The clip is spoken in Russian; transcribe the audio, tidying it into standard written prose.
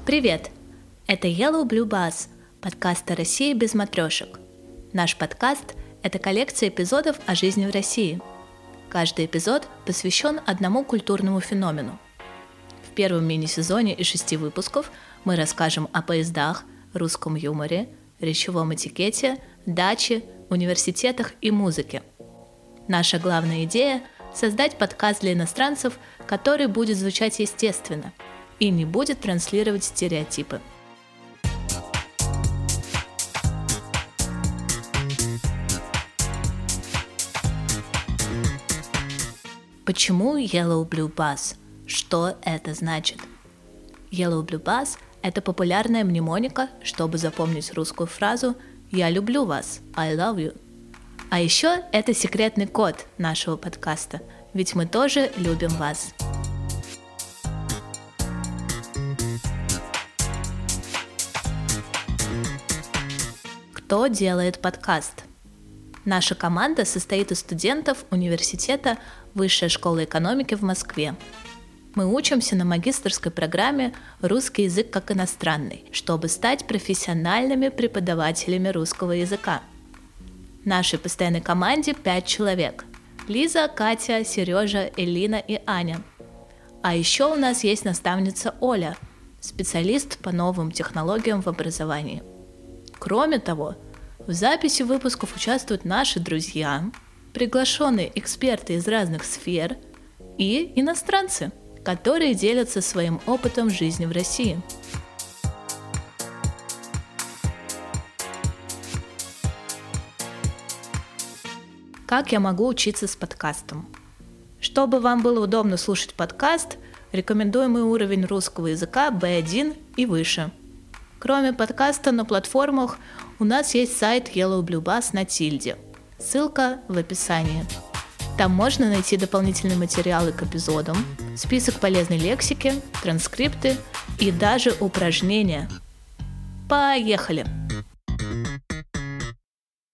Привет! Это Yellow Blue Bus, подкаст о России без матрешек. Наш подкаст – это коллекция эпизодов о жизни в России. Каждый эпизод посвящен одному культурному феномену. В первом мини-сезоне из 6 выпусков мы расскажем о поездах, русском юморе, речевом этикете, даче, университетах и музыке. Наша главная идея – создать подкаст для иностранцев, который будет звучать естественно и не будет транслировать стереотипы. Почему Yellow Blue Bus? Что это значит? Yellow Blue Bus – это популярная мнемоника, чтобы запомнить русскую фразу «Я люблю вас» I love you. А еще это секретный код нашего подкаста, ведь мы тоже любим вас. Кто делает подкаст? Наша команда состоит из студентов университета Высшей школы экономики в Москве. Мы учимся на магистерской программе «Русский язык как иностранный», чтобы стать профессиональными преподавателями русского языка. В нашей постоянной команде 5 человек – Лиза, Катя, Сережа, Элина и Аня. А еще у нас есть наставница Оля, специалист по новым технологиям в образовании. Кроме того, в записи выпусков участвуют наши друзья, приглашенные эксперты из разных сфер и иностранцы, которые делятся своим опытом жизни в России. Как я могу учиться с подкастом? Чтобы вам было удобно слушать подкаст, рекомендуемый уровень русского языка B1 и выше. Кроме подкаста на платформах, у нас есть сайт Yellow Blue Bus на тильде. Ссылка в описании. Там можно найти дополнительные материалы к эпизодам, список полезной лексики, транскрипты и даже упражнения. Поехали!